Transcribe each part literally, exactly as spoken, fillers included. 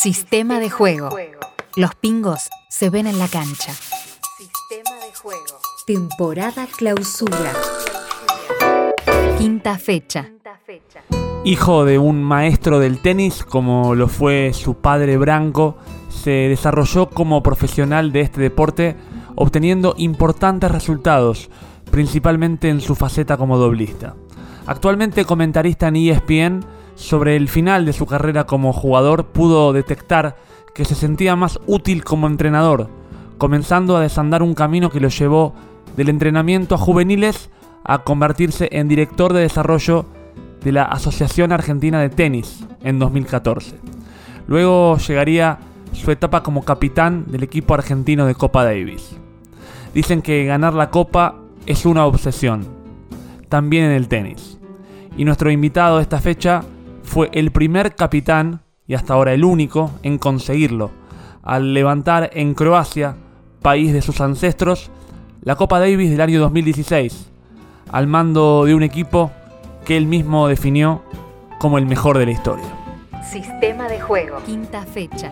Sistema de juego. Los pingos se ven en la cancha. Sistema de juego. Temporada clausura. Quinta fecha. Hijo de un maestro del tenis, como lo fue su padre Branco, se desarrolló como profesional de este deporte, obteniendo importantes resultados, principalmente en su faceta como doblista. Actualmente comentarista en E S P N, sobre el final de su carrera como jugador pudo detectar que se sentía más útil como entrenador, comenzando a desandar un camino que lo llevó del entrenamiento a juveniles a convertirse en director de desarrollo de la Asociación Argentina de Tenis en dos mil catorce. Luego llegaría su etapa como capitán del equipo argentino de Copa Davis. Dicen que ganar la Copa es una obsesión, también en el tenis. Y nuestro invitado de esta fecha fue el primer capitán, y hasta ahora el único, en conseguirlo, al levantar en Croacia, país de sus ancestros, la Copa Davis del año dos mil dieciséis, al mando de un equipo que él mismo definió como el mejor de la historia. Sistema de juego. Quinta fecha.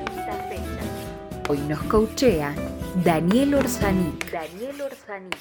Hoy nos coachea Daniel Orsanic. Daniel Orsanic.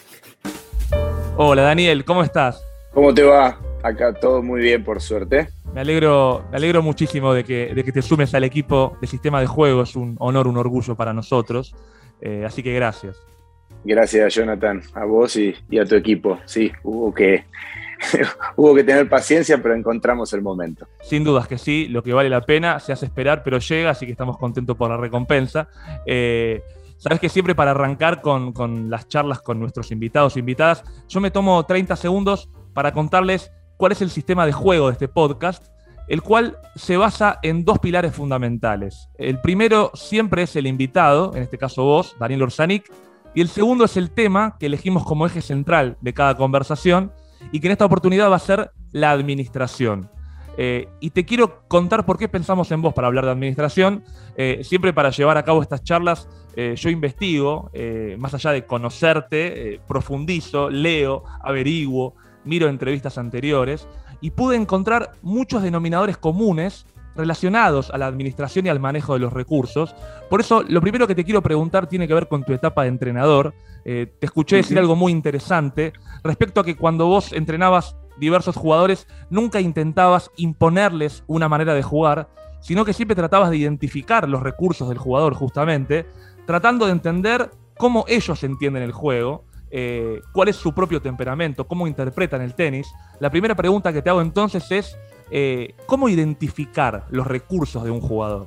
Hola Daniel, ¿cómo estás? ¿Cómo te va? Acá todo muy bien, por suerte. Me alegro, me alegro muchísimo de que, de que te sumes al equipo de Sistema de Juego. Es un honor, un orgullo para nosotros. Eh, así que gracias. Gracias, Jonathan, a vos y, y a tu equipo. Sí, hubo que, hubo que tener paciencia, pero encontramos el momento. Sin dudas que sí, lo que vale la pena se hace esperar, pero llega, así que estamos contentos por la recompensa. Eh, Sabes que siempre para arrancar con, con las charlas con nuestros invitados e invitadas, yo me tomo treinta segundos para contarles cuál es el sistema de juego de este podcast, el cual se basa en dos pilares fundamentales. El primero siempre es el invitado, en este caso vos, Daniel Orsanic, y el segundo es el tema que elegimos como eje central de cada conversación y que en esta oportunidad va a ser la administración. Eh, y te quiero contar por qué pensamos en vos para hablar de administración. Eh, siempre para llevar a cabo estas charlas eh, yo investigo, eh, más allá de conocerte, eh, profundizo, leo, averiguo, miro entrevistas anteriores y pude encontrar muchos denominadores comunes relacionados a la administración y al manejo de los recursos. Por eso, lo primero que te quiero preguntar tiene que ver con tu etapa de entrenador. Eh, te escuché decir algo muy interesante respecto a que cuando vos entrenabas diversos jugadores, nunca intentabas imponerles una manera de jugar, sino que siempre tratabas de identificar los recursos del jugador justamente, tratando de entender cómo ellos entienden el juego, eh, cuál es su propio temperamento, cómo interpretan el tenis. La primera pregunta que te hago entonces es, eh, ¿cómo identificar los recursos de un jugador?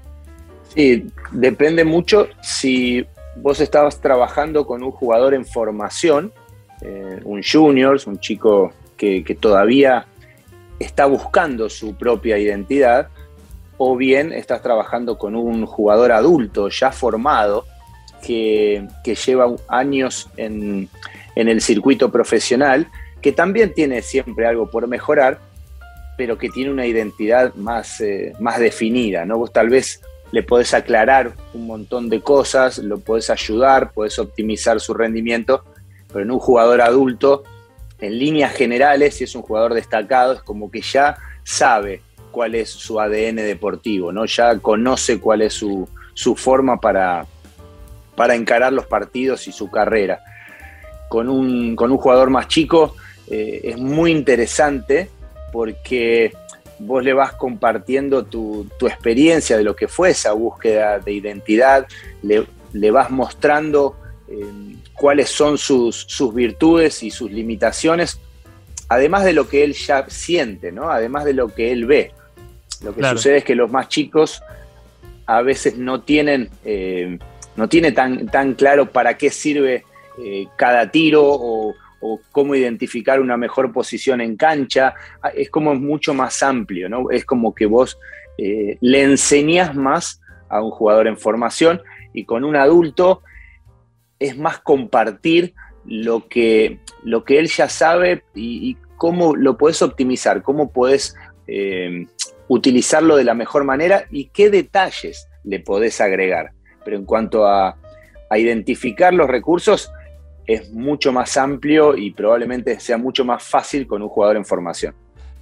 Sí, depende mucho si vos estabas trabajando con un jugador en formación, eh, un juniors, un chico que, que todavía está buscando su propia identidad, o bien estás trabajando con un jugador adulto ya formado que, que lleva años en, en el circuito profesional, que también tiene siempre algo por mejorar, pero que tiene una identidad más, eh, más definida, ¿no? Vos tal vez le podés aclarar un montón de cosas, lo podés ayudar, podés optimizar su rendimiento, pero en un jugador adulto, en líneas generales, si es un jugador destacado, es como que ya sabe cuál es su A D N deportivo, ¿no? Ya conoce cuál es su, su forma para, para encarar los partidos y su carrera. Con un, con un jugador más chico eh, es muy interesante porque vos le vas compartiendo tu, tu experiencia de lo que fue esa búsqueda de identidad, le, le vas mostrando eh, cuáles son sus, sus virtudes y sus limitaciones, además de lo que él ya siente, ¿no? Además de lo que él ve. Lo que claro. sucede es que los más chicos a veces no tienen, eh, no tiene tan, tan claro para qué sirve eh, cada tiro o, o cómo identificar una mejor posición en cancha. Es como mucho más amplio, ¿no? Es como que vos eh, le enseñás más a un jugador en formación, y con un adulto es más compartir lo que, lo que él ya sabe y, y cómo lo podés optimizar, cómo podés eh, utilizarlo de la mejor manera y qué detalles le podés agregar. Pero en cuanto a, a identificar los recursos, es mucho más amplio y probablemente sea mucho más fácil con un jugador en formación.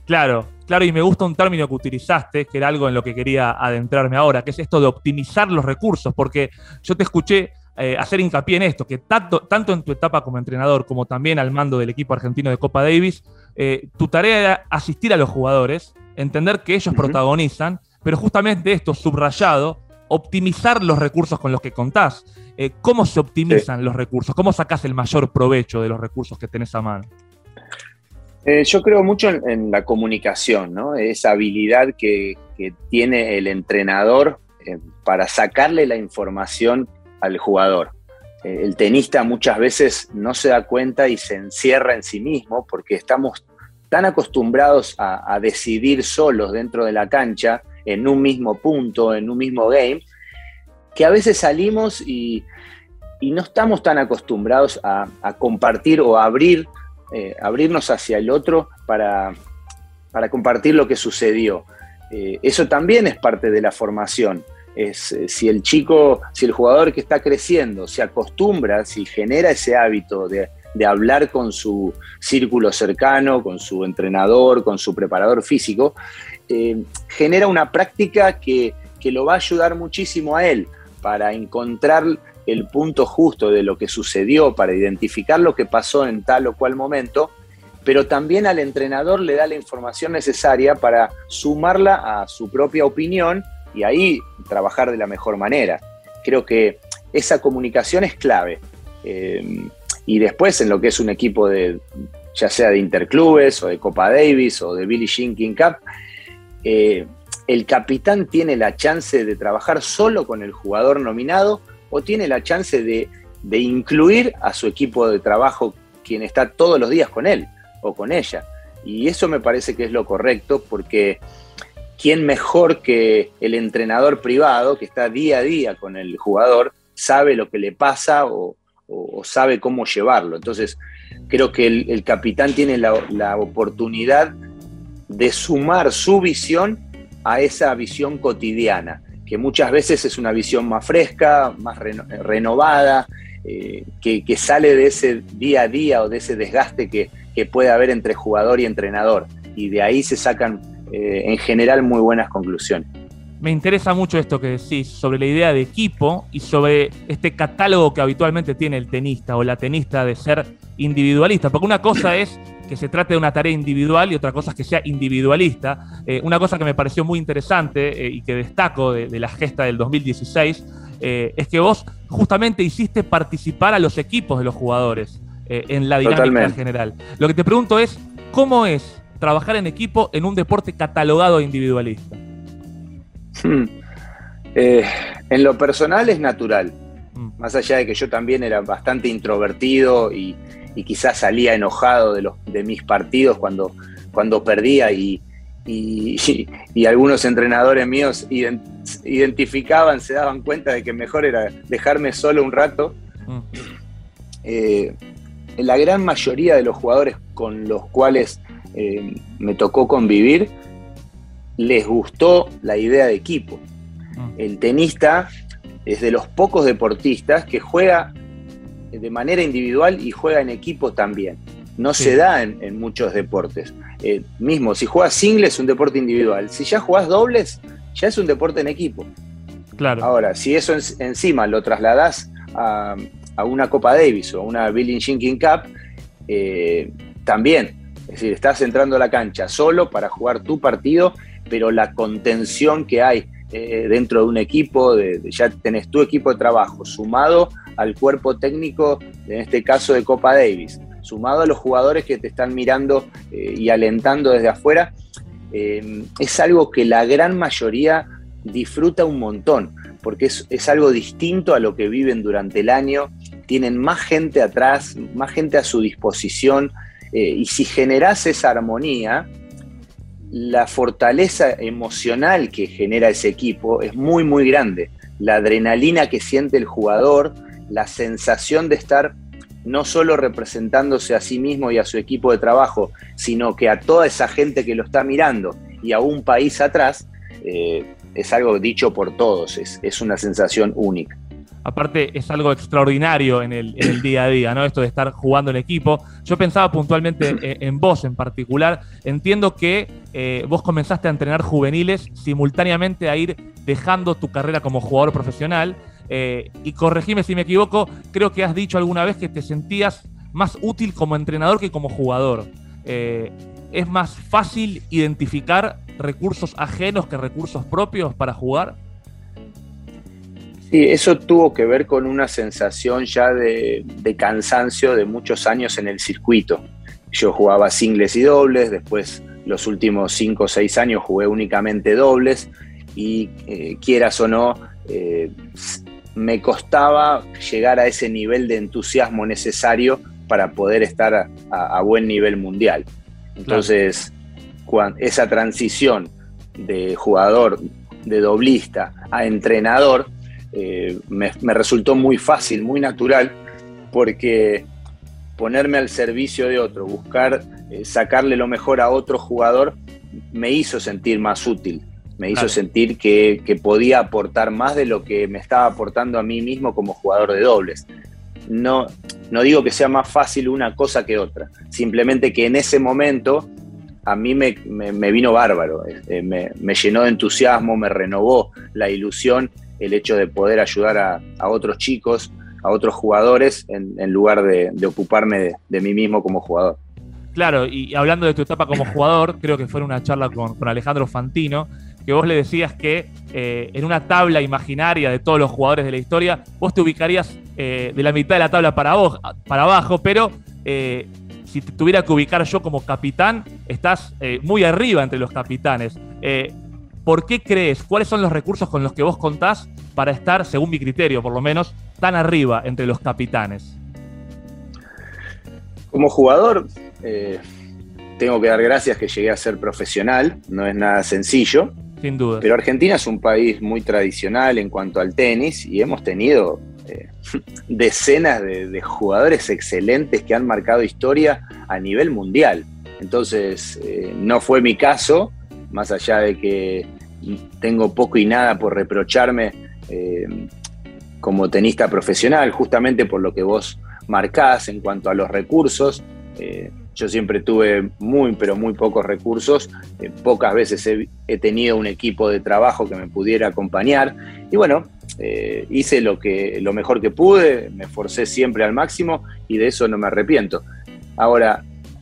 Claro, claro, y me gusta un término que utilizaste, que era algo en lo que quería adentrarme ahora, que es esto de optimizar los recursos, porque yo te escuché eh, hacer hincapié en esto, que tanto, tanto en tu etapa como entrenador, como también al mando del equipo argentino de Copa Davis, eh, tu tarea era asistir a los jugadores, entender que ellos uh-huh. protagonizan, pero justamente esto, subrayado, optimizar los recursos con los que contás. Eh, ¿Cómo se optimizan sí. los recursos? ¿Cómo sacás el mayor provecho de los recursos que tenés a mano? Eh, yo creo mucho en, en la comunicación, ¿no? Esa habilidad que, que tiene el entrenador eh, para sacarle la información al jugador. Eh, el tenista muchas veces no se da cuenta y se encierra en sí mismo porque estamos tan acostumbrados a, a decidir solos dentro de la cancha, en un mismo punto, en un mismo game, que a veces salimos y, y no estamos tan acostumbrados a, a compartir o a abrir Eh, abrirnos hacia el otro para, para compartir lo que sucedió. Eh, eso también es parte de la formación. Es, eh, si el chico, si el jugador que está creciendo se acostumbra, si genera ese hábito de, de hablar con su círculo cercano, con su entrenador, con su preparador físico, eh, genera una práctica que, que lo va a ayudar muchísimo a él para encontrar el punto justo de lo que sucedió, para identificar lo que pasó en tal o cual momento, pero también al entrenador le da la información necesaria para sumarla a su propia opinión y ahí trabajar de la mejor manera. Creo que esa comunicación es clave. Eh, y después en lo que es un equipo de, ya sea de interclubes o de Copa Davis o de Billie Jean King Cup, eh, el capitán tiene la chance de trabajar solo con el jugador nominado o tiene la chance de, de incluir a su equipo de trabajo, quien está todos los días con él o con ella. Y eso me parece que es lo correcto, porque ¿quién mejor que el entrenador privado que está día a día con el jugador sabe lo que le pasa o, o, o sabe cómo llevarlo? Entonces, creo que el, el capitán tiene la, la oportunidad de sumar su visión a esa visión cotidiana, que muchas veces es una visión más fresca, más reno, renovada, eh, que, que sale de ese día a día o de ese desgaste que, que puede haber entre jugador y entrenador. Y de ahí se sacan, eh, en general, muy buenas conclusiones. Me interesa mucho esto que decís sobre la idea de equipo y sobre este catálogo que habitualmente tiene el tenista o la tenista de ser individualista, porque una cosa es que se trate de una tarea individual y otra cosa es que sea individualista. Eh, una cosa que me pareció muy interesante eh, y que destaco de, de la gesta del dos mil dieciséis eh, es que vos justamente hiciste participar a los equipos de los jugadores eh, en la dinámica Totalmente. general. Lo que te pregunto es, ¿cómo es trabajar en equipo en un deporte catalogado individualista? Hmm. Eh, en lo personal es natural, mm. más allá de que yo también era bastante introvertido y y quizás salía enojado de, los, de mis partidos cuando, cuando perdía y, y, y, y algunos entrenadores míos ident, identificaban, se daban cuenta de que mejor era dejarme solo un rato. Mm. Eh, la gran mayoría de los jugadores con los cuales eh, me tocó convivir, les gustó la idea de equipo. Mm. El tenista es de los pocos deportistas que juega de manera individual y juega en equipo también. No sí. se da en, en muchos deportes. Eh, mismo, si juegas singles es un deporte individual. Si ya jugás dobles, ya es un deporte en equipo. Claro. Ahora, si eso en, encima lo trasladás a, a una Copa Davis o a una Billie Jean King Cup, eh, también. Es decir, estás entrando a la cancha solo para jugar tu partido, pero la contención que hay eh, dentro de un equipo, de, de, ya tenés tu equipo de trabajo sumado al cuerpo técnico, en este caso de Copa Davis, sumado a los jugadores que te están mirando eh, y alentando desde afuera, eh, es algo que la gran mayoría disfruta un montón, porque es, es algo distinto a lo que viven durante el año, tienen más gente atrás, más gente a su disposición, eh, y si generás esa armonía, la fortaleza emocional que genera ese equipo es muy, muy grande. La adrenalina que siente el jugador, la sensación de estar no solo representándose a sí mismo y a su equipo de trabajo, sino que a toda esa gente que lo está mirando y a un país atrás, eh, es algo dicho por todos, es, es una sensación única. Aparte, es algo extraordinario en el, en el día a día, ¿no? Esto de estar jugando en equipo. Yo pensaba puntualmente en, en vos en particular. Entiendo que eh, vos comenzaste a entrenar juveniles simultáneamente a ir dejando tu carrera como jugador profesional. Eh, y corregime si me equivoco, creo que has dicho alguna vez que te sentías más útil como entrenador que como jugador. Eh, ¿Es más fácil identificar recursos ajenos que recursos propios para jugar? Sí, eso tuvo que ver con una sensación ya de, de cansancio de muchos años en el circuito. Yo jugaba singles y dobles, después los últimos cinco o seis años jugué únicamente dobles y eh, quieras o no, eh, me costaba llegar a ese nivel de entusiasmo necesario para poder estar a, a, a buen nivel mundial. Entonces, cuando, esa transición de jugador, de doblista a entrenador, eh, me, me resultó muy fácil, muy natural, porque ponerme al servicio de otro, buscar eh, sacarle lo mejor a otro jugador, me hizo sentir más útil, me hizo claro. sentir que, que podía aportar más de lo que me estaba aportando a mí mismo como jugador de dobles. No, no digo que sea más fácil una cosa que otra, simplemente que en ese momento a mí me, me, me vino bárbaro, eh, me, me llenó de entusiasmo, me renovó la ilusión, el hecho de poder ayudar a, a otros chicos, a otros jugadores, en, en lugar de, de ocuparme de, de mí mismo como jugador. Claro, y hablando de tu etapa como jugador, creo que fue en una charla con, con Alejandro Fantino, que vos le decías que eh, en una tabla imaginaria de todos los jugadores de la historia, vos te ubicarías eh, de la mitad de la tabla para, vos, para abajo, pero eh, si te tuviera que ubicar yo como capitán, estás eh, muy arriba entre los capitanes. Eh, ¿Por qué crees? ¿Cuáles son los recursos con los que vos contás para estar, según mi criterio por lo menos, tan arriba entre los capitanes? Como jugador, eh, tengo que dar gracias que llegué a ser profesional, no es nada sencillo. Sin duda. Pero Argentina es un país muy tradicional en cuanto al tenis y hemos tenido eh, decenas de, de jugadores excelentes que han marcado historia a nivel mundial. Entonces, eh, no fue mi caso, más allá de que tengo poco y nada por reprocharme eh, como tenista profesional, justamente por lo que vos marcás en cuanto a los recursos. Eh, yo siempre tuve muy, pero muy pocos recursos. Eh, pocas veces he, he tenido un equipo de trabajo que me pudiera acompañar. Y bueno, eh, hice lo, que, lo mejor que pude, me esforcé siempre al máximo y de eso no me arrepiento. Ahora,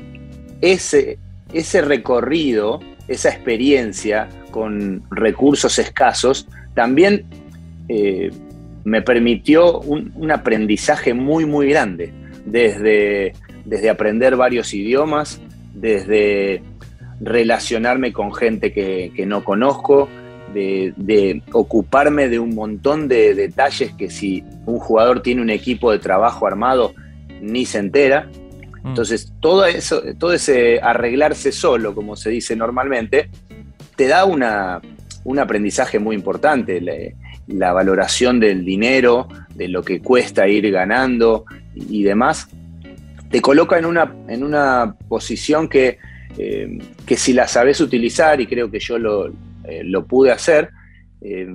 ese, ese recorrido, esa experiencia con recursos escasos, también eh, me permitió un, un aprendizaje muy, muy grande. Desde... desde aprender varios idiomas, desde relacionarme con gente que, que no conozco, de, de ocuparme de un montón de detalles que si un jugador tiene un equipo de trabajo armado, ni se entera. Mm. Entonces, todo eso, todo ese arreglarse solo, como se dice normalmente, te da una, un aprendizaje muy importante, la, la valoración del dinero, de lo que cuesta ir ganando y, y demás. Te coloca en una, en una posición que, eh, que si la sabes utilizar, y creo que yo lo, eh, lo pude hacer, eh,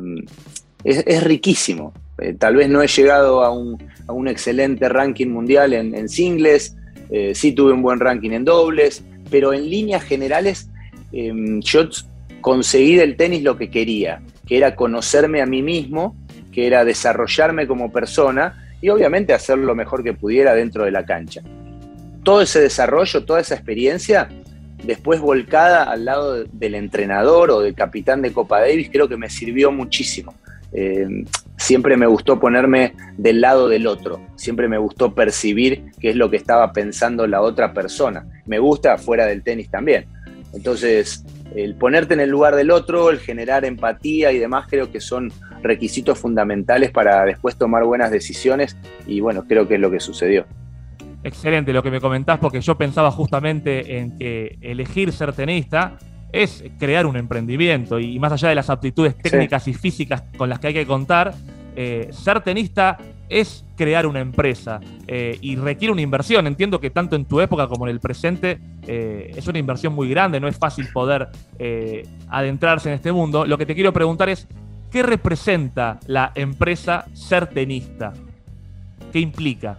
es, es riquísimo. Eh, tal vez no he llegado a un, a un excelente ranking mundial en, en singles, eh, sí tuve un buen ranking en dobles, pero en líneas generales eh, yo conseguí del tenis lo que quería, que era conocerme a mí mismo, que era desarrollarme como persona y obviamente hacer lo mejor que pudiera dentro de la cancha. Todo ese desarrollo, toda esa experiencia, después volcada al lado del entrenador o del capitán de Copa Davis, creo que me sirvió muchísimo. Eh, siempre me gustó ponerme del lado del otro, siempre me gustó percibir qué es lo que estaba pensando la otra persona. Me gusta fuera del tenis también. Entonces, el ponerte en el lugar del otro, el generar empatía y demás, creo que son requisitos fundamentales para después tomar buenas decisiones y bueno, creo que es lo que sucedió. Excelente lo que me comentás, porque yo pensaba justamente en que elegir ser tenista es crear un emprendimiento y más allá de las aptitudes técnicas sí. y físicas con las que hay que contar, eh, ser tenista es crear una empresa eh, y requiere una inversión. Entiendo que tanto en tu época como en el presente eh, es una inversión muy grande, no es fácil poder eh, adentrarse en este mundo. Lo que te quiero preguntar es, ¿qué representa la empresa ser tenista? ¿Qué implica?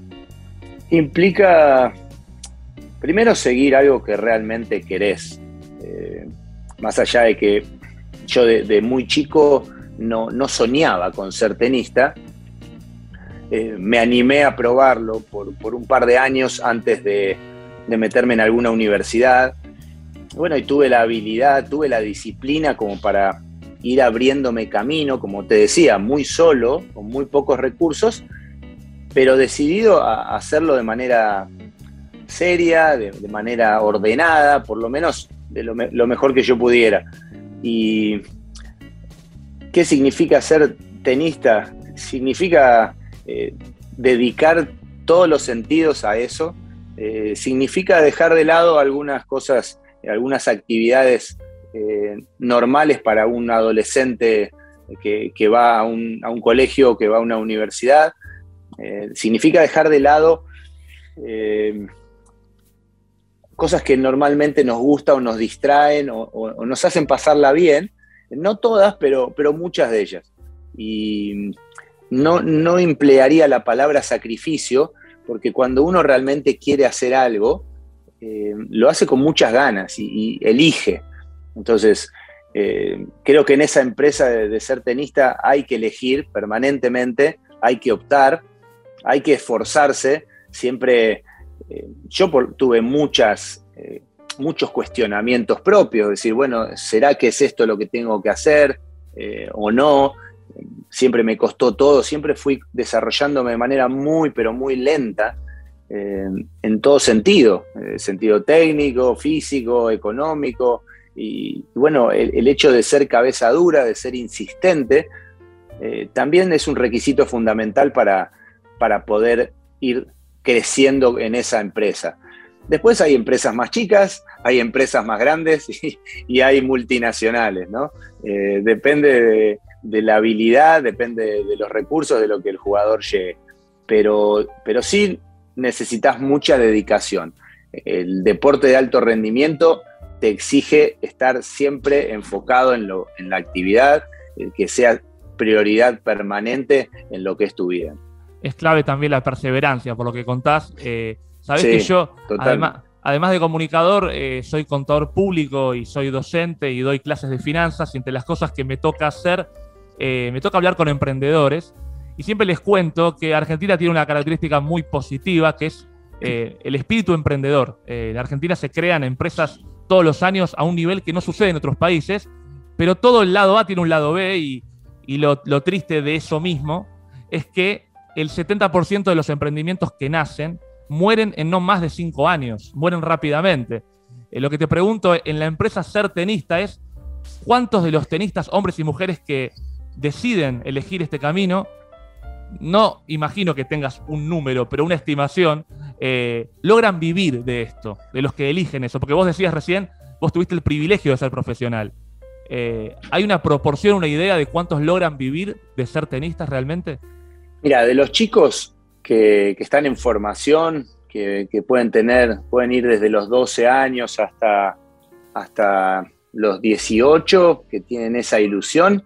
Implica, primero, seguir algo que realmente querés. Eh, más allá de que yo de, de muy chico no, no soñaba con ser tenista, eh, me animé a probarlo por, por un par de años antes de, de meterme en alguna universidad. Bueno, y tuve la habilidad, tuve la disciplina como para ir abriéndome camino, como te decía, muy solo, con muy pocos recursos, pero decidido a hacerlo de manera seria, de, de manera ordenada, por lo menos de lo, me, lo mejor que yo pudiera. ¿Y qué significa ser tenista? Significa eh, dedicar todos los sentidos a eso, eh, significa dejar de lado algunas cosas, algunas actividades eh, normales para un adolescente que, que va a un, a un colegio, que va a una universidad. Eh, significa dejar de lado eh, cosas que normalmente nos gustan o nos distraen o, o, o nos hacen pasarla bien, no todas, pero, pero muchas de ellas. Y no, no emplearía la palabra sacrificio, porque cuando uno realmente quiere hacer algo, eh, lo hace con muchas ganas y, y elige. Entonces, eh, creo que en esa empresa de, de ser tenista hay que elegir permanentemente, hay que optar, hay que esforzarse. Siempre, eh, yo por, tuve muchas, eh, muchos cuestionamientos propios, decir, bueno, ¿será que es esto lo que tengo que hacer eh, o no? Siempre me costó todo, siempre fui desarrollándome de manera muy, pero muy lenta, eh, en todo sentido, eh, sentido técnico, físico, económico, y bueno, el, el hecho de ser cabeza dura, de ser insistente, eh, también es un requisito fundamental para para poder ir creciendo en esa empresa. Después hay empresas más chicas, hay empresas más grandes y, y hay multinacionales, ¿no? Eh, depende de, de la habilidad, depende de, de los recursos, de lo que el jugador llegue. Pero, pero sí necesitas mucha dedicación. El deporte de alto rendimiento te exige estar siempre enfocado en, lo, en la actividad, que sea prioridad permanente en lo que es tu vida. Es clave también la perseverancia, por lo que contás. Eh, Sabés sí, que yo, además, además de comunicador, eh, soy contador público y soy docente y doy clases de finanzas, y entre las cosas que me toca hacer, eh, me toca hablar con emprendedores, y siempre les cuento que Argentina tiene una característica muy positiva, que es eh, el espíritu emprendedor. Eh, en Argentina se crean empresas todos los años a un nivel que no sucede en otros países, pero todo el lado A tiene un lado B, y, y lo, lo triste de eso mismo es que el setenta por ciento de los emprendimientos que nacen mueren en no más de cinco años, mueren rápidamente. Eh, lo que te pregunto en la empresa Ser Tenista es, ¿cuántos de los tenistas, hombres y mujeres que deciden elegir este camino, no imagino que tengas un número, pero una estimación, eh, logran vivir de esto, de los que eligen eso? Porque vos decías recién, vos tuviste el privilegio de ser profesional. Eh, ¿Hay una proporción, una idea de cuántos logran vivir de ser tenistas realmente? Mira, de los chicos que, que están en formación, que, que pueden tener, pueden ir desde los doce años hasta, hasta los dieciocho, que tienen esa ilusión,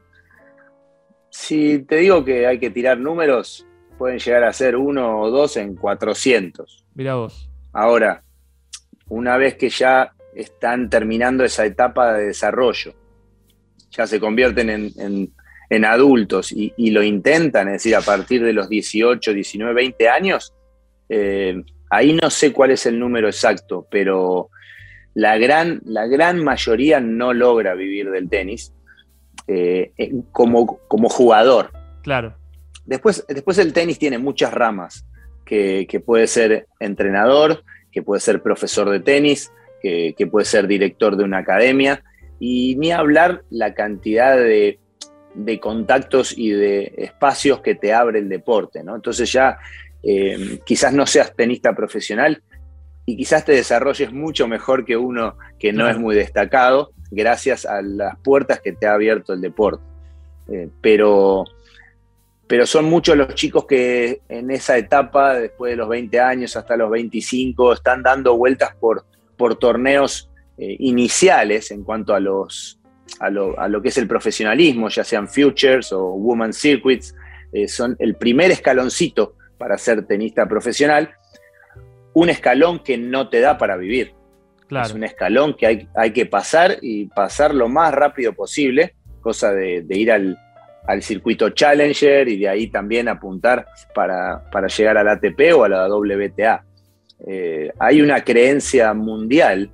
si te digo que hay que tirar números, pueden llegar a ser uno o dos en cuatrocientos. Mirá vos. Ahora, una vez que ya están terminando esa etapa de desarrollo, ya se convierten en... en en adultos y, y lo intentan, es decir, a partir de los dieciocho, diecinueve, veinte años, eh, ahí no sé cuál es el número exacto, pero la gran, la gran mayoría no logra vivir del tenis eh, como, como jugador. Claro. Después, después el tenis tiene muchas ramas, que, que puede ser entrenador, que puede ser profesor de tenis, que, que puede ser director de una academia, y ni hablar la cantidad de de contactos y de espacios que te abre el deporte, ¿no? Entonces ya eh, quizás no seas tenista profesional y quizás te desarrolles mucho mejor que uno que no es muy destacado, gracias a las puertas que te ha abierto el deporte. Eh, pero, pero son muchos los chicos que en esa etapa, después de los veinte años hasta los veinticinco, están dando vueltas por, por torneos eh, iniciales en cuanto a los a, lo, a lo que es el profesionalismo, ya sean futures o women circuits, eh, son el primer escaloncito para ser tenista profesional, un escalón que no te da para vivir. Claro. Es un escalón que hay, hay que pasar y pasar lo más rápido posible, cosa de, de ir al, al circuito Challenger y de ahí también apuntar para, para llegar al A T P o a la W T A. Eh, hay una creencia mundial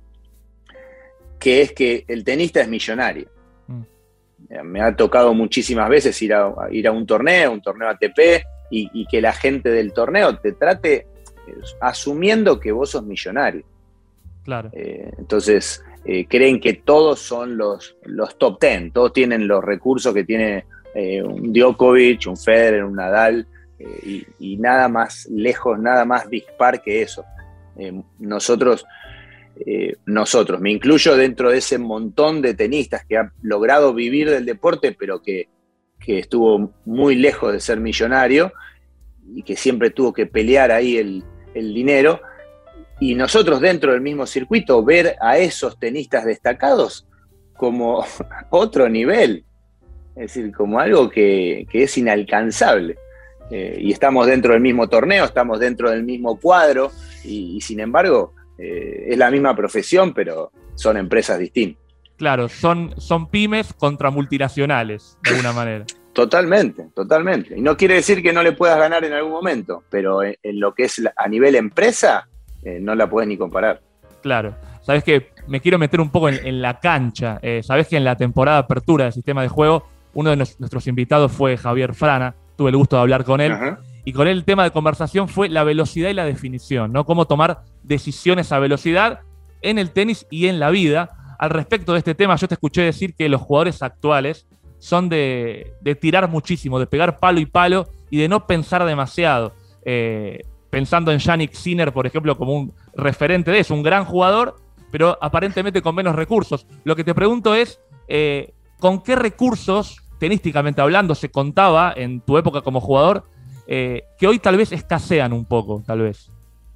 que es que el tenista es millonario. Mm. Eh, me ha tocado muchísimas veces ir a, a ir a un torneo, un torneo A T P, y, y que la gente del torneo te trate eh, asumiendo que vos sos millonario. Claro. Eh, entonces, eh, creen que todos son los, los top ten, todos tienen los recursos que tiene eh, un Djokovic, un Federer, un Nadal, eh, y, y nada más lejos, nada más dispar que eso. Eh, nosotros, eh, nosotros, me incluyo dentro de ese montón de tenistas que han logrado vivir del deporte, pero que, que estuvo muy lejos de ser millonario y que siempre tuvo que pelear ahí el, el dinero. Y nosotros dentro del mismo circuito ver a esos tenistas destacados como otro nivel, es decir, como algo que, que es inalcanzable. Eh, y estamos dentro del mismo torneo, estamos dentro del mismo cuadro, y, y sin embargo eh, es la misma profesión, pero son empresas distintas. Claro, son, son pymes contra multinacionales, de alguna manera. Totalmente, totalmente. Y no quiere decir que no le puedas ganar en algún momento, pero en, en lo que es la, a nivel empresa, Eh, no la podés ni comparar. Claro. Sabés que me quiero meter un poco en, en la cancha. Eh, Sabés que en la temporada de apertura del sistema de juego, uno de nos, nuestros invitados fue Javier Frana. Tuve el gusto de hablar con él. Ajá. Y con él el tema de conversación fue la velocidad y la definición, ¿no? Cómo tomar decisiones a velocidad en el tenis y en la vida. Al respecto de este tema, yo te escuché decir que los jugadores actuales son de, de tirar muchísimo, de pegar palo y palo y de no pensar demasiado. Eh, Pensando en Jannik Sinner, por ejemplo, como un referente de eso, un gran jugador, pero aparentemente con menos recursos. Lo que te pregunto es, eh, ¿con qué recursos, tenísticamente hablando, se contaba en tu época como jugador, eh, que hoy tal vez escasean un poco, tal vez?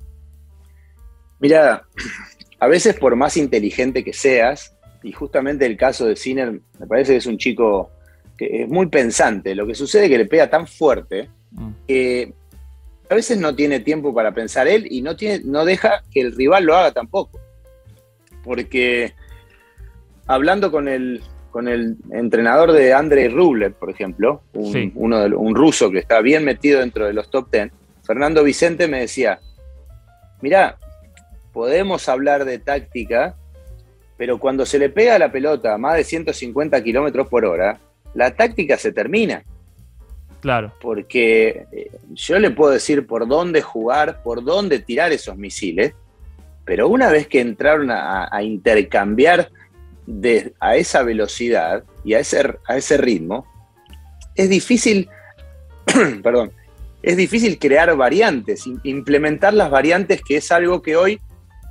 Mira, a veces por más inteligente que seas, y justamente el caso de Sinner, me parece que es un chico que es muy pensante. Lo que sucede es que le pega tan fuerte mm. que a veces no tiene tiempo para pensar él y no, tiene, no deja que el rival lo haga tampoco. Porque hablando con el, con el entrenador de Andrei Rublev, por ejemplo, un, sí. uno de, un ruso que está bien metido dentro de los top ten, Fernando Vicente me decía, mirá, podemos hablar de táctica, pero cuando se le pega la pelota a más de ciento cincuenta kilómetros por hora, la táctica se termina. Claro. Porque yo le puedo decir por dónde jugar, por dónde tirar esos misiles, pero una vez que entraron a, a intercambiar de, a esa velocidad y a ese, a ese ritmo, es difícil, perdón, es difícil crear variantes, implementar las variantes, que es algo que hoy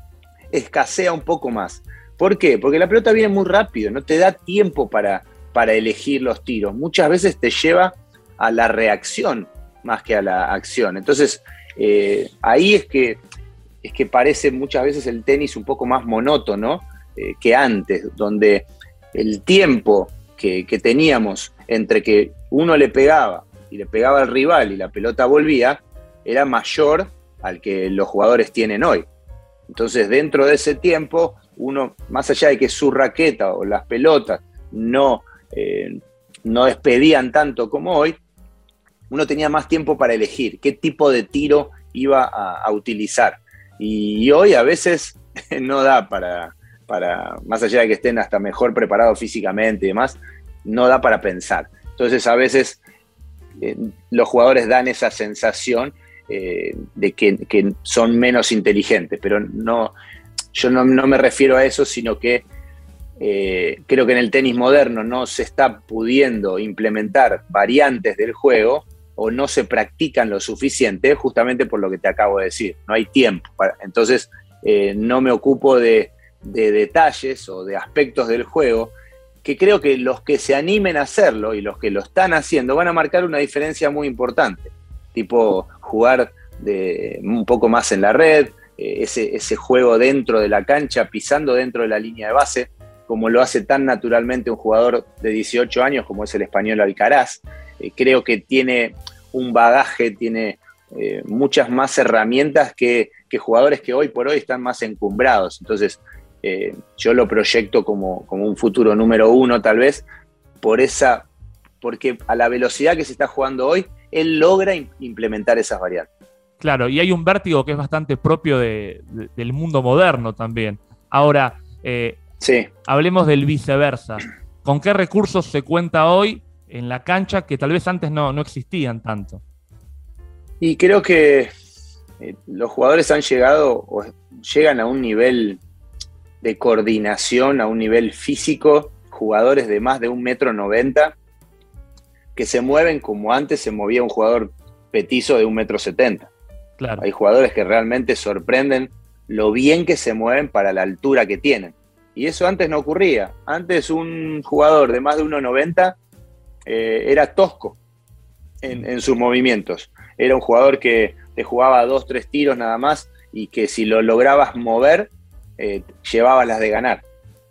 escasea un poco más. ¿Por qué? Porque la pelota viene muy rápido, no te da tiempo para, para elegir los tiros. Muchas veces te lleva a la reacción más que a la acción. Entonces, eh, ahí es que, es que parece muchas veces el tenis un poco más monótono eh, que antes, donde el tiempo que, que teníamos entre que uno le pegaba y le pegaba al rival y la pelota volvía, era mayor al que los jugadores tienen hoy. Entonces, dentro de ese tiempo, uno, más allá de que su raqueta o las pelotas no, eh, no despedían tanto como hoy, uno tenía más tiempo para elegir qué tipo de tiro iba a, a utilizar. Y, y hoy a veces no da para, para, más allá de que estén hasta mejor preparados físicamente y demás, no da para pensar. Entonces a veces eh, los jugadores dan esa sensación eh, de que, que son menos inteligentes, pero no, yo no, no me refiero a eso, sino que eh, creo que en el tenis moderno no se está pudiendo implementar variantes del juego, o no se practican lo suficiente, justamente por lo que te acabo de decir. No hay tiempo. Para, entonces, eh, no me ocupo de, de detalles o de aspectos del juego que creo que los que se animen a hacerlo y los que lo están haciendo van a marcar una diferencia muy importante. Tipo, jugar de, un poco más en la red, eh, ese, ese juego dentro de la cancha, pisando dentro de la línea de base, como lo hace tan naturalmente un jugador de dieciocho años como es el español Alcaraz. Eh, creo que tiene un bagaje, tiene eh, muchas más herramientas que, que jugadores que hoy por hoy están más encumbrados. Entonces, eh, yo lo proyecto como, como un futuro número uno, tal vez, por esa, porque a la velocidad que se está jugando hoy, él logra implementar esas variantes. Claro, y hay un vértigo que es bastante propio de, de, del mundo moderno también. Ahora, eh, sí. hablemos del viceversa. ¿Con qué recursos se cuenta hoy en la cancha que tal vez antes no, no existían tanto? Y creo que eh, los jugadores han llegado, o llegan a un nivel de coordinación, a un nivel físico, jugadores de más de un metro noventa, que se mueven como antes se movía un jugador petizo de un metro setenta. Claro. Hay jugadores que realmente sorprenden lo bien que se mueven para la altura que tienen. Y eso antes no ocurría. Antes un jugador de más de uno noventa eh, era tosco en, en sus movimientos. Era un jugador que te jugaba dos, tres tiros nada más y que si lo lograbas mover, eh, llevabas las de ganar.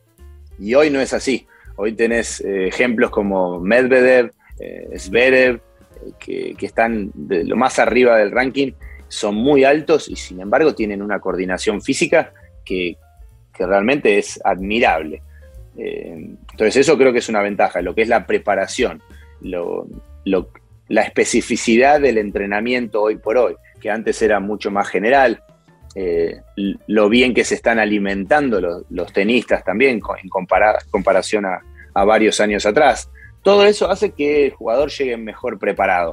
Y hoy no es así. Hoy tenés eh, ejemplos como Medvedev, eh, Zverev, eh, que, que están de lo más arriba del ranking. Son muy altos y sin embargo tienen una coordinación física que, que realmente es admirable. Eh, entonces eso creo que es una ventaja, lo que es la preparación, lo, lo, la especificidad del entrenamiento hoy por hoy, que antes era mucho más general, eh, lo bien que se están alimentando los, los tenistas también en compara, comparación a, a varios años atrás. Todo eso hace que el jugador llegue mejor preparado.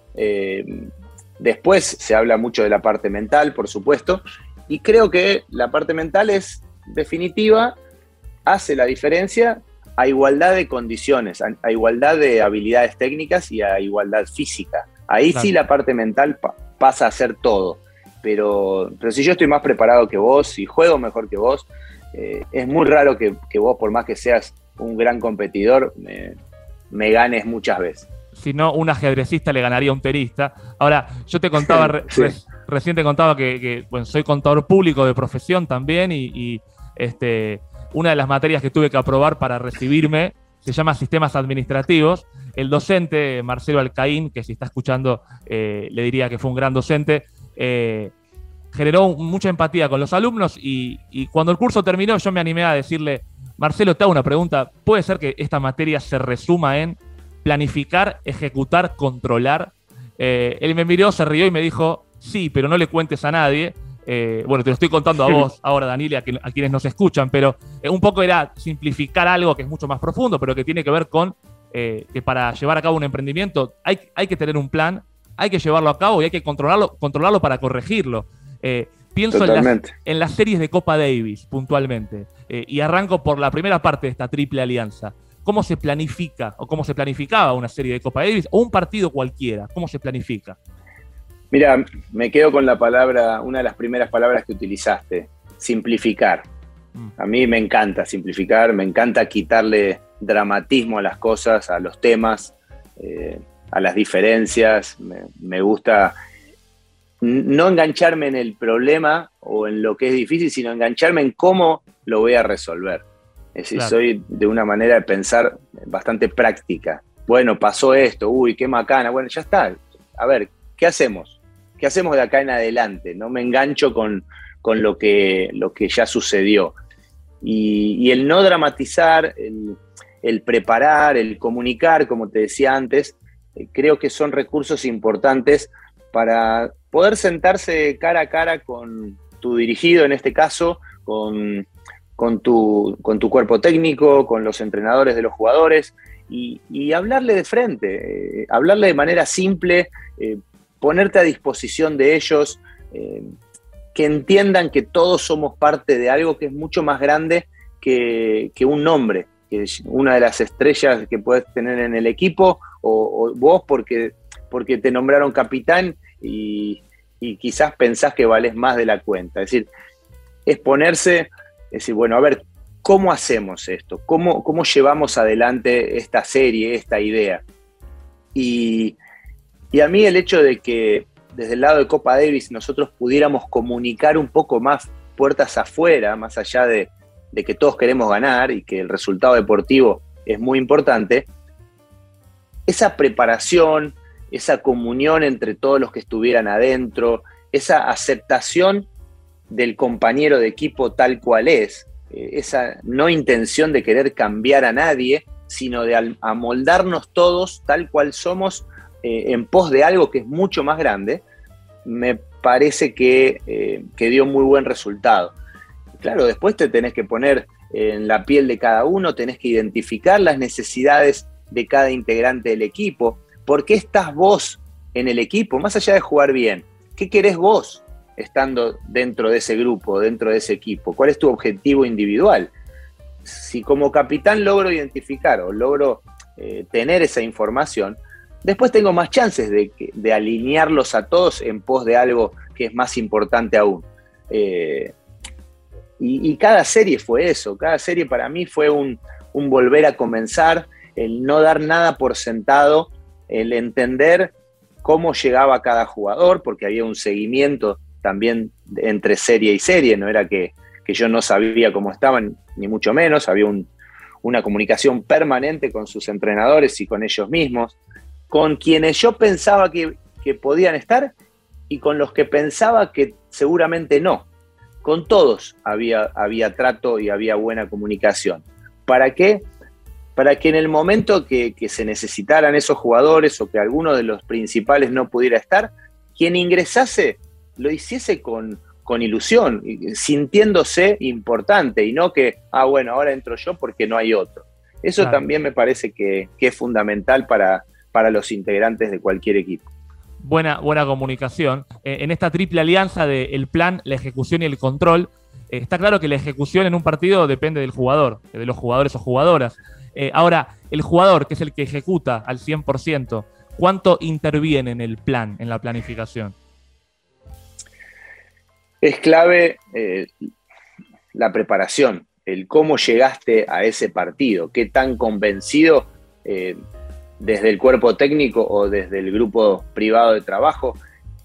Eh, Después se habla mucho de la parte mental, por supuesto, y creo que la parte mental es definitiva, hace la diferencia a igualdad de condiciones, a, a igualdad de habilidades técnicas y a igualdad física. Ahí claro. Sí la parte mental pa pasa a ser todo, pero, pero si yo estoy más preparado que vos, si juego mejor que vos, eh, es muy raro que, que vos, por más que seas un gran competidor, me, me ganes muchas veces. Si no, un ajedrecista le ganaría a un tenista. Ahora, yo te contaba, re, sí. re, recién te contaba que, que bueno, soy contador público de profesión también y, y este, una de las materias que tuve que aprobar para recibirme se llama Sistemas Administrativos. El docente, Marcelo Alcaín, que si está escuchando eh, le diría que fue un gran docente, eh, generó mucha empatía con los alumnos y, y cuando el curso terminó yo me animé a decirle, Marcelo, te hago una pregunta, ¿puede ser que esta materia se resuma en planificar, ejecutar, controlar? Eh, él me miró, se rió y me dijo, sí, pero no le cuentes a nadie. Eh, bueno, te lo estoy contando a vos ahora, Daniel, a, que, a quienes nos escuchan, pero eh, un poco era simplificar algo que es mucho más profundo, pero que tiene que ver con eh, que para llevar a cabo un emprendimiento hay, hay que tener un plan, hay que llevarlo a cabo y hay que controlarlo, controlarlo para corregirlo. Eh, pienso en las, en las series de Copa Davis, puntualmente, eh, y arranco por la primera parte de esta triple alianza. ¿Cómo se planifica o cómo se planificaba una serie de Copa Davis o un partido cualquiera? ¿Cómo se planifica? Mira, me quedo con la palabra, una de las primeras palabras que utilizaste, simplificar. Mm. A mí me encanta simplificar, me encanta quitarle dramatismo a las cosas, a los temas, eh, a las diferencias. Me, me gusta no engancharme en el problema o en lo que es difícil, sino engancharme en cómo lo voy a resolver. Es decir, claro. Soy de una manera de pensar bastante práctica. Bueno, pasó esto, uy, qué macana. Bueno, ya está. A ver, ¿qué hacemos? ¿Qué hacemos de acá en adelante? No me engancho con, con lo, que, lo que ya sucedió. Y, y el no dramatizar, el, el preparar, el comunicar, como te decía antes, eh, creo que son recursos importantes para poder sentarse cara a cara con tu dirigido, en este caso, con... Con tu, con tu cuerpo técnico, con los entrenadores de los jugadores y, y hablarle de frente, eh, hablarle de manera simple, eh, ponerte a disposición de ellos, eh, que entiendan que todos somos parte de algo que es mucho más grande que, que un nombre, que es una de las estrellas que puedes tener en el equipo o, o vos porque, porque te nombraron capitán y, y quizás pensás que valés más de la cuenta. Es decir, es ponerse... Es decir, bueno, a ver, ¿cómo hacemos esto? ¿Cómo, cómo llevamos adelante esta serie, esta idea? Y, y a mí el hecho de que desde el lado de Copa Davis nosotros pudiéramos comunicar un poco más puertas afuera, más allá de, de que todos queremos ganar y que el resultado deportivo es muy importante, esa preparación, esa comunión entre todos los que estuvieran adentro, esa aceptación del compañero de equipo tal cual es, eh, esa no intención de querer cambiar a nadie, sino de amoldarnos todos tal cual somos eh, en pos de algo que es mucho más grande, me parece que, eh, que dio muy buen resultado. Claro, después te tenés que poner en la piel de cada uno, tenés que identificar las necesidades de cada integrante del equipo. ¿Por qué estás vos en el equipo? Más allá de jugar bien, ¿qué querés vos estando dentro de ese grupo, dentro de ese equipo? ¿Cuál es tu objetivo individual? Si como capitán logro identificar o logro eh, tener esa información, después tengo más chances de, de alinearlos a todos en pos de algo que es más importante aún. Eh, y, y cada serie fue eso, cada serie para mí fue un, un volver a comenzar, el no dar nada por sentado, el entender cómo llegaba cada jugador, porque había un seguimiento también entre serie y serie, no era que, que yo no sabía cómo estaban, ni mucho menos, había un, una comunicación permanente con sus entrenadores y con ellos mismos, con quienes yo pensaba que, que podían estar y con los que pensaba que seguramente no. Con todos había, había trato y había buena comunicación. ¿Para qué? Para que en el momento que, que se necesitaran esos jugadores o que alguno de los principales no pudiera estar, quien ingresase lo hiciese con, con ilusión, sintiéndose importante y no que, ah, bueno, ahora entro yo porque no hay otro. Eso claro. También me parece que, que es fundamental para, para los integrantes de cualquier equipo. Buena, buena comunicación. Eh, en esta triple alianza del plan, la ejecución y el control, eh, está claro que la ejecución en un partido depende del jugador, de los jugadores o jugadoras. Eh, ahora, el jugador, que es el que ejecuta al cien por ciento, ¿cuánto interviene en el plan, en la planificación? Es clave eh, la preparación, el cómo llegaste a ese partido, qué tan convencido eh, desde el cuerpo técnico o desde el grupo privado de trabajo,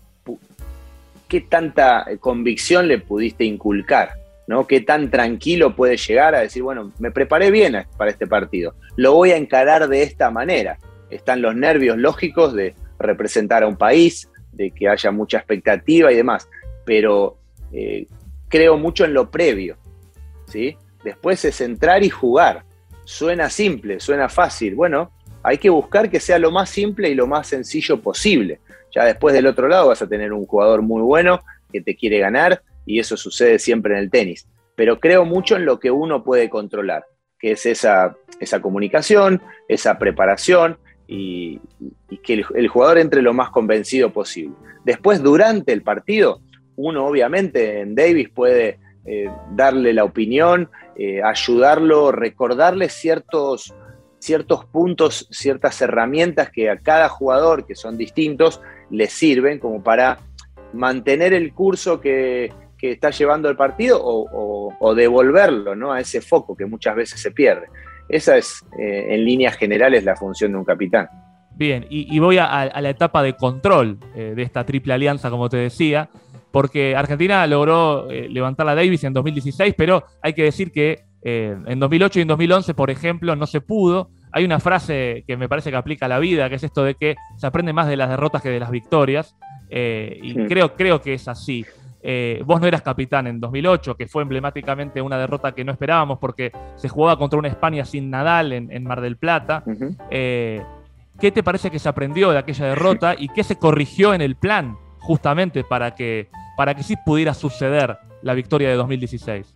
qué tanta convicción le pudiste inculcar, ¿no? Qué tan tranquilo puedes llegar a decir, bueno, me preparé bien para este partido, lo voy a encarar de esta manera. Están los nervios lógicos de representar a un país, de que haya mucha expectativa y demás, pero eh, creo mucho en lo previo, ¿sí? Después es entrar y jugar. Suena simple, suena fácil. Bueno, hay que buscar que sea lo más simple y lo más sencillo posible. Ya después del otro lado vas a tener un jugador muy bueno que te quiere ganar, y eso sucede siempre en el tenis. Pero creo mucho en lo que uno puede controlar, que es esa, esa comunicación, esa preparación, y, y que el, el jugador entre lo más convencido posible. Después, durante el partido, uno obviamente en Davis puede eh, darle la opinión, eh, ayudarlo, recordarle ciertos, ciertos puntos, ciertas herramientas que a cada jugador, que son distintos, les sirven como para mantener el curso que, que está llevando el partido o, o, o devolverlo, ¿no?, a ese foco que muchas veces se pierde. Esa es, eh, en líneas generales, la función de un capitán. Bien, y, y voy a, a la etapa de control eh, de esta triple alianza, como te decía, porque Argentina logró eh, levantar la Davis en dos mil dieciséis, pero hay que decir que eh, en dos mil ocho y en dos mil once, por ejemplo, no se pudo. Hay una frase que me parece que aplica a la vida, que es esto de que se aprende más de las derrotas que de las victorias, eh, y sí. creo, creo que es así. Eh, vos no eras capitán en dos mil ocho, que fue emblemáticamente una derrota que no esperábamos porque se jugaba contra una España sin Nadal en, en Mar del Plata. Uh-huh. eh, ¿Qué te parece que se aprendió de aquella derrota y qué se corrigió en el plan justamente para que, para que sí pudiera suceder la victoria de dos mil dieciséis?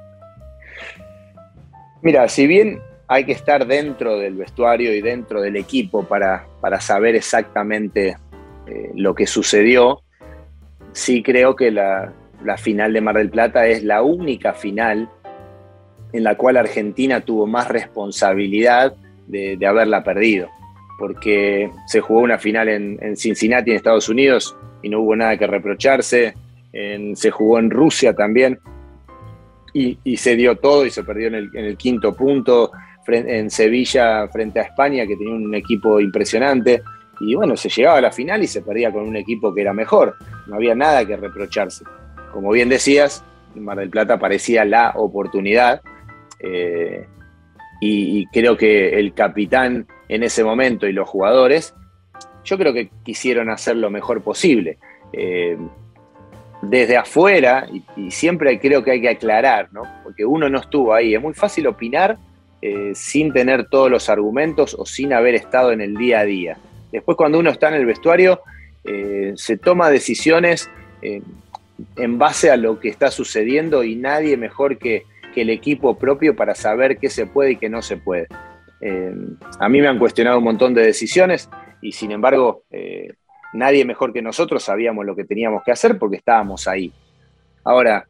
Mira, si bien hay que estar dentro del vestuario y dentro del equipo para, para saber exactamente eh, lo que sucedió, sí creo que la, la final de Mar del Plata es la única final en la cual Argentina tuvo más responsabilidad de, de haberla perdido, porque se jugó una final en, en Cincinnati, en Estados Unidos, y no hubo nada que reprocharse. En, se jugó en Rusia también, y, y se dio todo y se perdió en el, en el quinto punto, en Sevilla frente a España, que tenía un equipo impresionante. Y bueno, se llegaba a la final y se perdía con un equipo que era mejor. No había nada que reprocharse. Como bien decías, Mar del Plata parecía la oportunidad eh, y, y creo que el capitán en ese momento y los jugadores, yo creo que quisieron hacer lo mejor posible. Eh, desde afuera, y, y siempre creo que hay que aclarar, ¿no? Porque uno no estuvo ahí. Es muy fácil opinar eh, sin tener todos los argumentos o sin haber estado en el día a día. Después, cuando uno está en el vestuario, eh, se toma decisiones eh, en base a lo que está sucediendo, y nadie mejor que, que el equipo propio para saber qué se puede y qué no se puede. Eh, a mí me han cuestionado un montón de decisiones y sin embargo eh, nadie mejor que nosotros sabíamos lo que teníamos que hacer porque estábamos ahí. Ahora,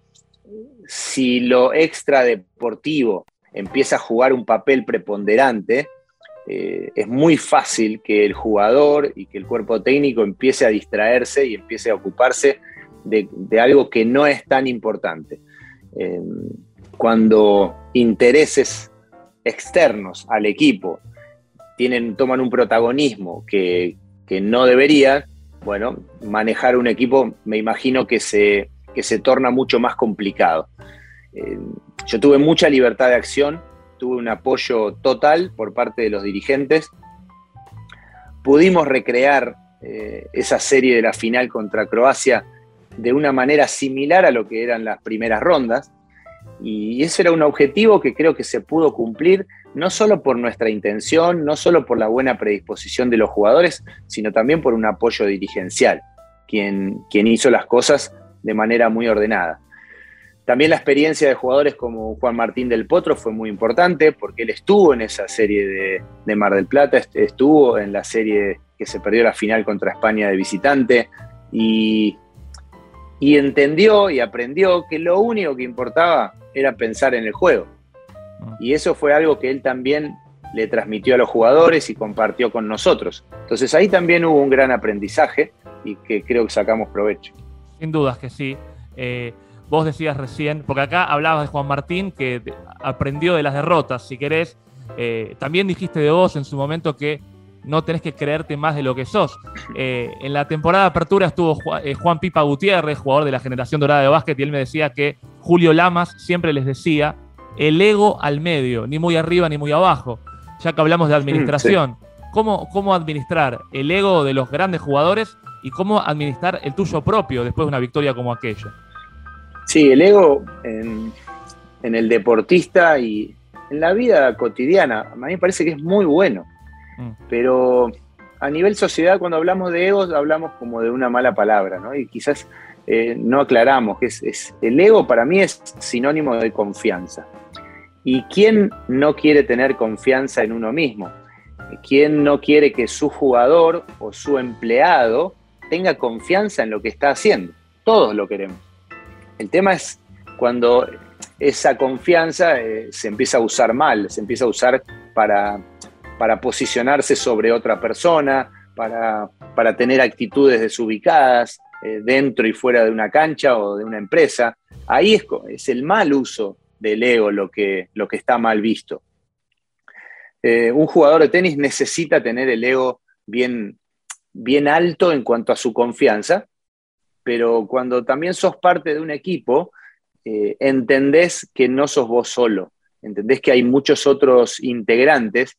si lo extradeportivo empieza a jugar un papel preponderante, eh, es muy fácil que el jugador y que el cuerpo técnico empiece a distraerse y empiece a ocuparse de, de algo que no es tan importante. Eh, cuando intereses externos al equipo tienen, toman un protagonismo que, que no deberían, bueno, manejar un equipo me imagino que se, que se torna mucho más complicado. Eh, yo tuve mucha libertad de acción, tuve un apoyo total por parte de los dirigentes. Pudimos recrear eh, esa serie de la final contra Croacia de una manera similar a lo que eran las primeras rondas, y ese era un objetivo que creo que se pudo cumplir, no solo por nuestra intención, no solo por la buena predisposición de los jugadores, sino también por un apoyo dirigencial, quien, quien hizo las cosas de manera muy ordenada. También la experiencia de jugadores como Juan Martín del Potro fue muy importante, porque él estuvo en esa serie de, de Mar del Plata, estuvo en la serie que se perdió la final contra España de visitante, y, y entendió y aprendió que lo único que importaba era pensar en el juego. Y eso fue algo que él también le transmitió a los jugadores y compartió con nosotros. Entonces ahí también hubo un gran aprendizaje y que creo que sacamos provecho. Sin dudas que sí. Eh, vos decías recién, porque acá hablabas de Juan Martín, que aprendió de las derrotas, si querés. Eh, también dijiste de vos en su momento que no tenés que creerte más de lo que sos. Eh, en la temporada de apertura estuvo Juan, eh, Juan Pipa Gutiérrez, jugador de la generación dorada de básquet, y él me decía que Julio Lamas siempre les decía: el ego al medio, ni muy arriba ni muy abajo. Ya que hablamos de administración, sí. ¿Cómo, cómo administrar el ego de los grandes jugadores y cómo administrar el tuyo propio después de una victoria como aquella? Sí, el ego en, en el deportista y en la vida cotidiana, a mí me parece que es muy bueno. Mm. Pero a nivel sociedad, cuando hablamos de egos, hablamos como de una mala palabra, ¿no? Y quizás eh, no aclaramos que es, es, el ego para mí es sinónimo de confianza. ¿Y quién no quiere tener confianza en uno mismo? ¿Quién no quiere que su jugador o su empleado tenga confianza en lo que está haciendo? Todos lo queremos. El tema es cuando esa confianza eh, se empieza a usar mal, se empieza a usar para, para posicionarse sobre otra persona, para, para tener actitudes desubicadas eh, dentro y fuera de una cancha o de una empresa. Ahí es, es el mal uso del ego lo que, lo que está mal visto. Eh, un jugador de tenis necesita tener el ego bien, bien alto en cuanto a su confianza, pero cuando también sos parte de un equipo, eh, entendés que no sos vos solo, entendés que hay muchos otros integrantes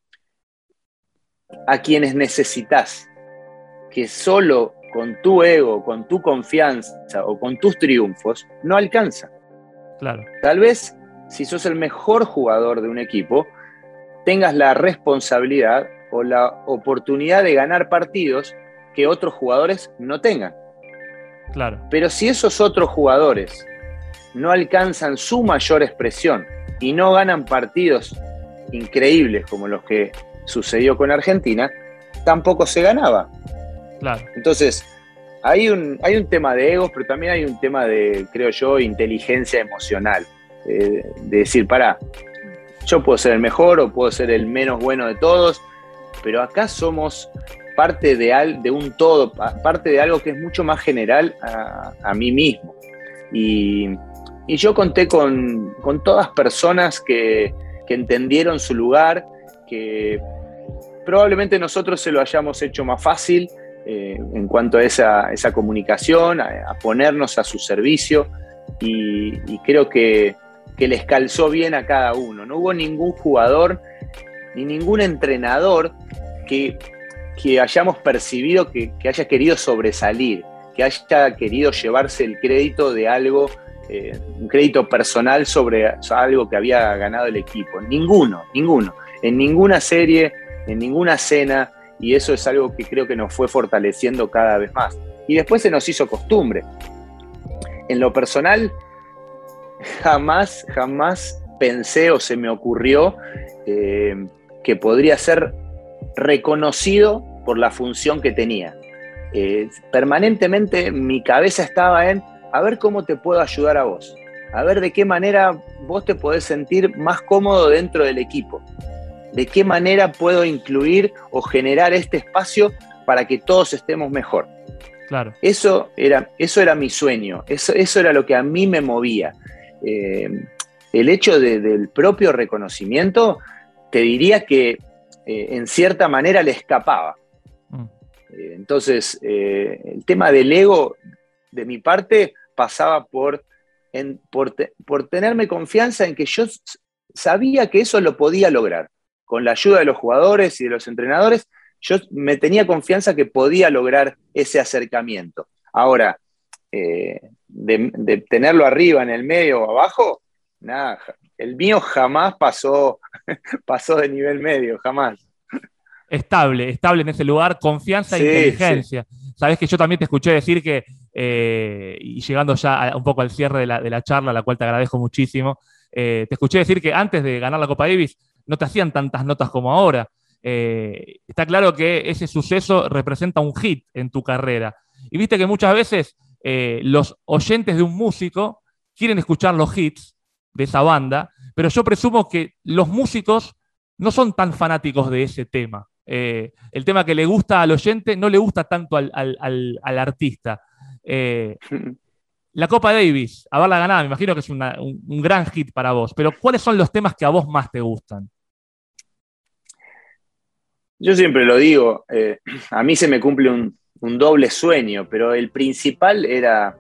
a quienes necesitas, que solo con tu ego, con tu confianza o con tus triunfos no alcanza. Claro. Tal vez, si sos el mejor jugador de un equipo, tengas la responsabilidad o la oportunidad de ganar partidos que otros jugadores no tengan. Claro. Pero si esos otros jugadores no alcanzan su mayor expresión y no ganan partidos increíbles como los que sucedió con Argentina, tampoco se ganaba. Claro. Entonces, hay un, hay un tema de egos, pero también hay un tema de, creo yo, inteligencia emocional. Eh, de decir, pará, yo puedo ser el mejor o puedo ser el menos bueno de todos, pero acá somos parte de, al, de un todo, parte de algo que es mucho más general a, a mí mismo. Y, y yo conté con, con todas personas que, que entendieron su lugar, que probablemente nosotros se lo hayamos hecho más fácil eh, en cuanto a esa, esa comunicación, a, a ponernos a su servicio, y, y creo que que les calzó bien a cada uno. No hubo ningún jugador ni ningún entrenador que, que hayamos percibido que, que haya querido sobresalir, que haya querido llevarse el crédito de algo, eh, un crédito personal sobre algo que había ganado el equipo. Ninguno, ninguno. En ninguna serie, en ninguna cena, y eso es algo que creo que nos fue fortaleciendo cada vez más. Y después se nos hizo costumbre. En lo personal, jamás, jamás pensé o se me ocurrió eh, que podría ser reconocido por la función que tenía. Eh, permanentemente mi cabeza estaba en a ver cómo te puedo ayudar a vos, a ver de qué manera vos te podés sentir más cómodo dentro del equipo, de qué manera puedo incluir o generar este espacio para que todos estemos mejor. Claro. Eso era, eso era mi sueño, eso, eso era lo que a mí me movía. Eh, el hecho de, del propio reconocimiento, te diría que eh, en cierta manera le escapaba. Mm. Eh, entonces, eh, el tema del ego, de mi parte, pasaba por, en, por, te, por tenerme confianza en que yo sabía que eso lo podía lograr. Con la ayuda de los jugadores y de los entrenadores, yo me tenía confianza que podía lograr ese acercamiento. Ahora, eh, de, de tenerlo arriba, en el medio o abajo, nada, el mío jamás pasó, pasó de nivel medio, jamás. Estable, estable en ese lugar, confianza e sí, inteligencia. Sí. Sabés que yo también te escuché decir que, eh, y llegando ya a, un poco al cierre de la, de la charla, la cual te agradezco muchísimo, eh, te escuché decir que antes de ganar la Copa Davis no te hacían tantas notas como ahora. Eh, está claro que ese suceso representa un hit en tu carrera. Y viste que muchas veces eh, los oyentes de un músico quieren escuchar los hits de esa banda, pero yo presumo que los músicos no son tan fanáticos de ese tema. Eh, el tema que le gusta al oyente no le gusta tanto al, al, al, al artista. Eh, la Copa Davis, haberla ganado, me imagino que es una, un, un gran hit para vos, pero ¿cuáles son los temas que a vos más te gustan? Yo siempre lo digo, eh, a mí se me cumple un, un doble sueño, pero el principal era,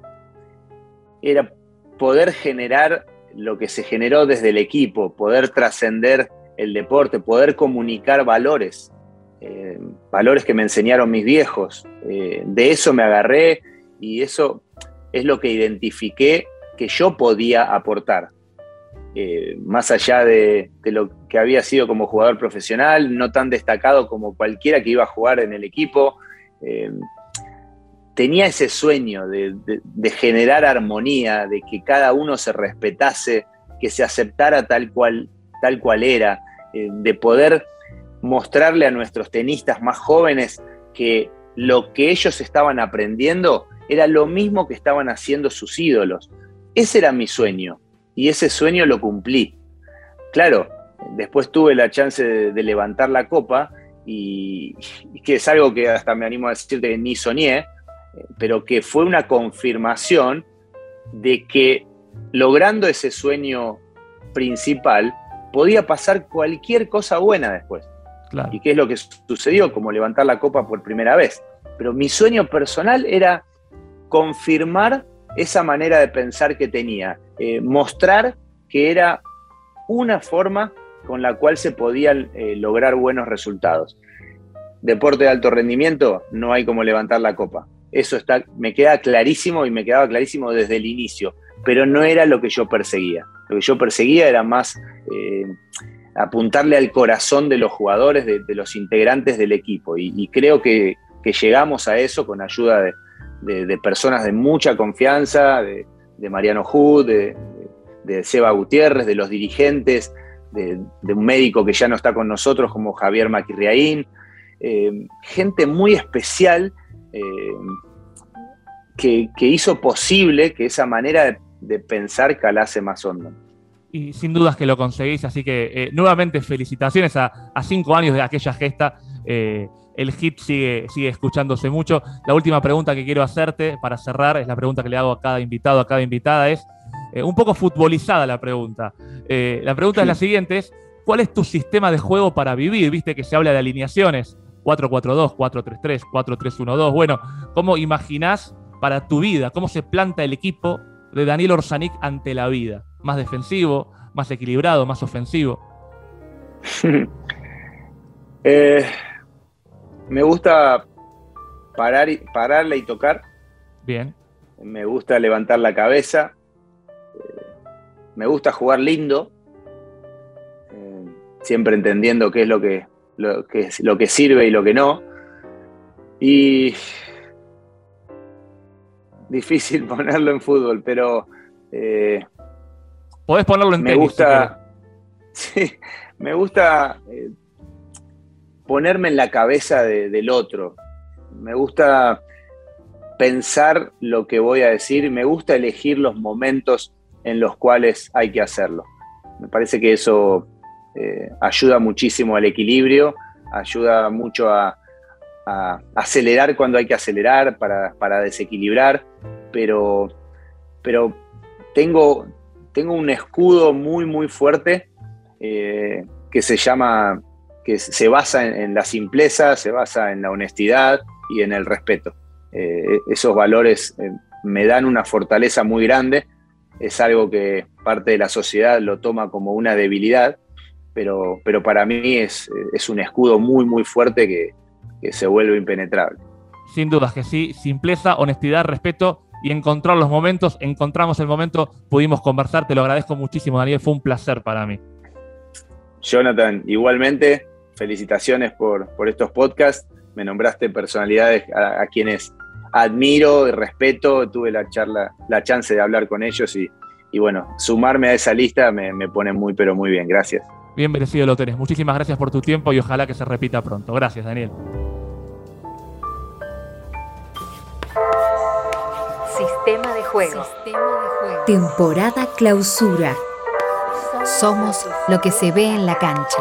era poder generar lo que se generó desde el equipo, poder trascender el deporte, poder comunicar valores, eh, valores que me enseñaron mis viejos. Eh, de eso me agarré y eso es lo que identifiqué que yo podía aportar. Eh, más allá de, de lo que había sido como jugador profesional, no tan destacado como cualquiera que iba a jugar en el equipo, eh, tenía ese sueño de, de, de generar armonía, de que cada uno se respetase, que se aceptara tal cual, tal cual era, eh, de poder mostrarle a nuestros tenistas más jóvenes que lo que ellos estaban aprendiendo era lo mismo que estaban haciendo sus ídolos. Ese era mi sueño. Y ese sueño lo cumplí. Claro, después tuve la chance de, de levantar la copa y, y que es algo que hasta me animo a decirte que ni soñé, pero que fue una confirmación de que logrando ese sueño principal podía pasar cualquier cosa buena después. Claro. ¿Y qué es lo que sucedió? Como levantar la copa por primera vez. Pero mi sueño personal era confirmar esa manera de pensar que tenía, eh, mostrar que era una forma con la cual se podían eh, lograr buenos resultados. Deporte de alto rendimiento, no hay como levantar la copa. Eso está, me queda clarísimo y me quedaba clarísimo desde el inicio, pero no era lo que yo perseguía. Lo que yo perseguía era más eh, apuntarle al corazón de los jugadores, de, de los integrantes del equipo, y, y creo que, que llegamos a eso con ayuda de De, de personas de mucha confianza, de, de Mariano Hood, de, de, de Seba Gutiérrez, de los dirigentes, de, de un médico que ya no está con nosotros como Javier Maquirriaín, eh, gente muy especial eh, que, que hizo posible que esa manera de, de pensar calase más hondo. Y sin dudas que lo conseguís, así que eh, nuevamente felicitaciones a, a cinco años de aquella gesta. Eh, El hit sigue, sigue escuchándose mucho. La última pregunta que quiero hacerte para cerrar es la pregunta que le hago a cada invitado, a cada invitada. Es eh, un poco futbolizada la pregunta. Eh, la pregunta sí. es la siguiente: es, ¿cuál es tu sistema de juego para vivir? Viste que se habla de alineaciones, cuatro cuatro dos, cuatro tres tres, cuatro tres uno dos. Bueno, ¿cómo imaginás para tu vida? ¿Cómo se planta el equipo de Daniel Orsanic ante la vida? más defensivo, más equilibrado, más ofensivo? eh, me gusta parar y, pararla y tocar. Bien. Me gusta levantar la cabeza. Eh, me gusta jugar lindo. Eh, siempre entendiendo qué es lo que, lo que es lo que sirve y lo que no. Y difícil ponerlo en fútbol, pero eh, podés ponerlo en me tenis. Gusta, si sí, me gusta eh, ponerme en la cabeza de, del otro. Me gusta pensar lo que voy a decir. Me gusta elegir los momentos en los cuales hay que hacerlo. Me parece que eso eh, ayuda muchísimo al equilibrio, ayuda mucho a, a acelerar cuando hay que acelerar para, para desequilibrar, pero, pero tengo, tengo un escudo muy, muy fuerte eh, que se llama, que se basa en, en la simpleza, se basa en la honestidad y en el respeto. Eh, esos valores eh, me dan una fortaleza muy grande. Es algo que parte de la sociedad lo toma como una debilidad, pero, pero para mí es, es un escudo muy, muy fuerte que, que se vuelve impenetrable. Sin dudas que sí, simpleza, honestidad, respeto y encontrar los momentos. Encontramos el momento, pudimos conversar, te lo agradezco muchísimo, Daniel, fue un placer para mí. Jonathan, igualmente, felicitaciones por, por estos podcasts. Me nombraste personalidades a, a quienes admiro y respeto. Tuve la charla, la chance de hablar con ellos y, y bueno, sumarme a esa lista me, me pone muy, pero muy bien. Gracias. Bien merecido lo tenés. Muchísimas gracias por tu tiempo y ojalá que se repita pronto. Gracias, Daniel. Sistema de juego. Sistema de juego. Temporada clausura. Somos lo que se ve en la cancha.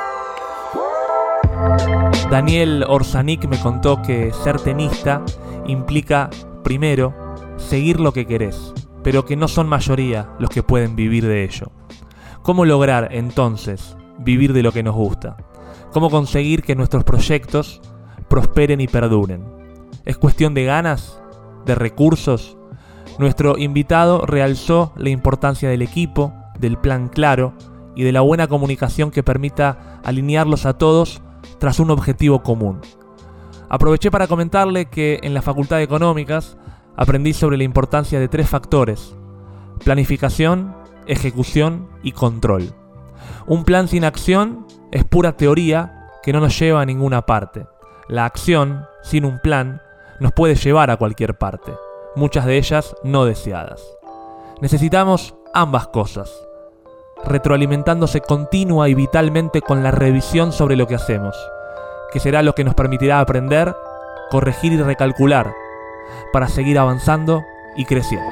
Daniel Orsanic me contó que ser tenista implica, primero, seguir lo que querés, pero que no son mayoría los que pueden vivir de ello. ¿Cómo lograr, entonces, vivir de lo que nos gusta? ¿Cómo conseguir que nuestros proyectos prosperen y perduren? ¿Es cuestión de ganas? ¿De recursos? Nuestro invitado realzó la importancia del equipo, del plan claro y de la buena comunicación que permita alinearlos a todos tras un objetivo común. Aproveché para comentarle que en la Facultad de Económicas aprendí sobre la importancia de tres factores: planificación, ejecución y control. Un plan sin acción es pura teoría que no nos lleva a ninguna parte. La acción, sin un plan, nos puede llevar a cualquier parte, muchas de ellas no deseadas. Necesitamos ambas cosas, retroalimentándose continua y vitalmente con la revisión sobre lo que hacemos, que será lo que nos permitirá aprender, corregir y recalcular, para seguir avanzando y creciendo.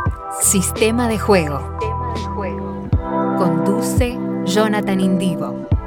Sistema de juego. Sistema de juego. Conduce Jonathan Indivo.